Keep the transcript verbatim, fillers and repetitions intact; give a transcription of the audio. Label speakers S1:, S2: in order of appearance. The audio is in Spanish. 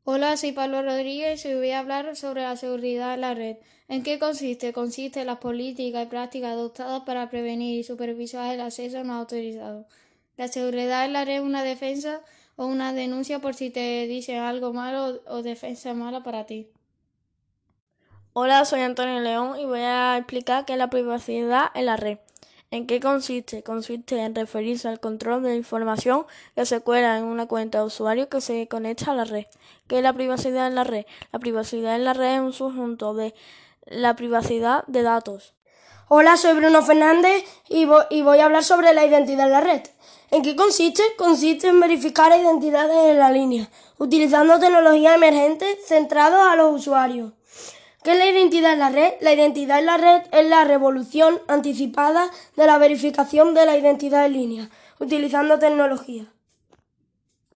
S1: Hola, soy Pablo Rodríguez y hoy voy a hablar sobre la seguridad en la red. ¿En qué consiste? Consiste en las políticas y prácticas adoptadas para prevenir y supervisar el acceso no autorizado. La seguridad en la red es una defensa o una denuncia por si te dicen algo malo o defensa mala para ti.
S2: Hola, soy Antonio León y voy a explicar qué es la privacidad en la red. ¿En qué consiste? Consiste en referirse al control de la información que se cuela en una cuenta de usuario que se conecta a la red. ¿Qué es la privacidad en la red? La privacidad en la red es un subjunto de la privacidad de datos.
S3: Hola, soy Bruno Fernández y voy, y voy a hablar sobre la identidad en la red. ¿En qué consiste? Consiste en verificar identidades en la línea, utilizando tecnologías emergentes centradas a los usuarios. ¿Qué es la identidad en la red? La identidad en la red es la revolución anticipada de la verificación de la identidad en línea, utilizando tecnología.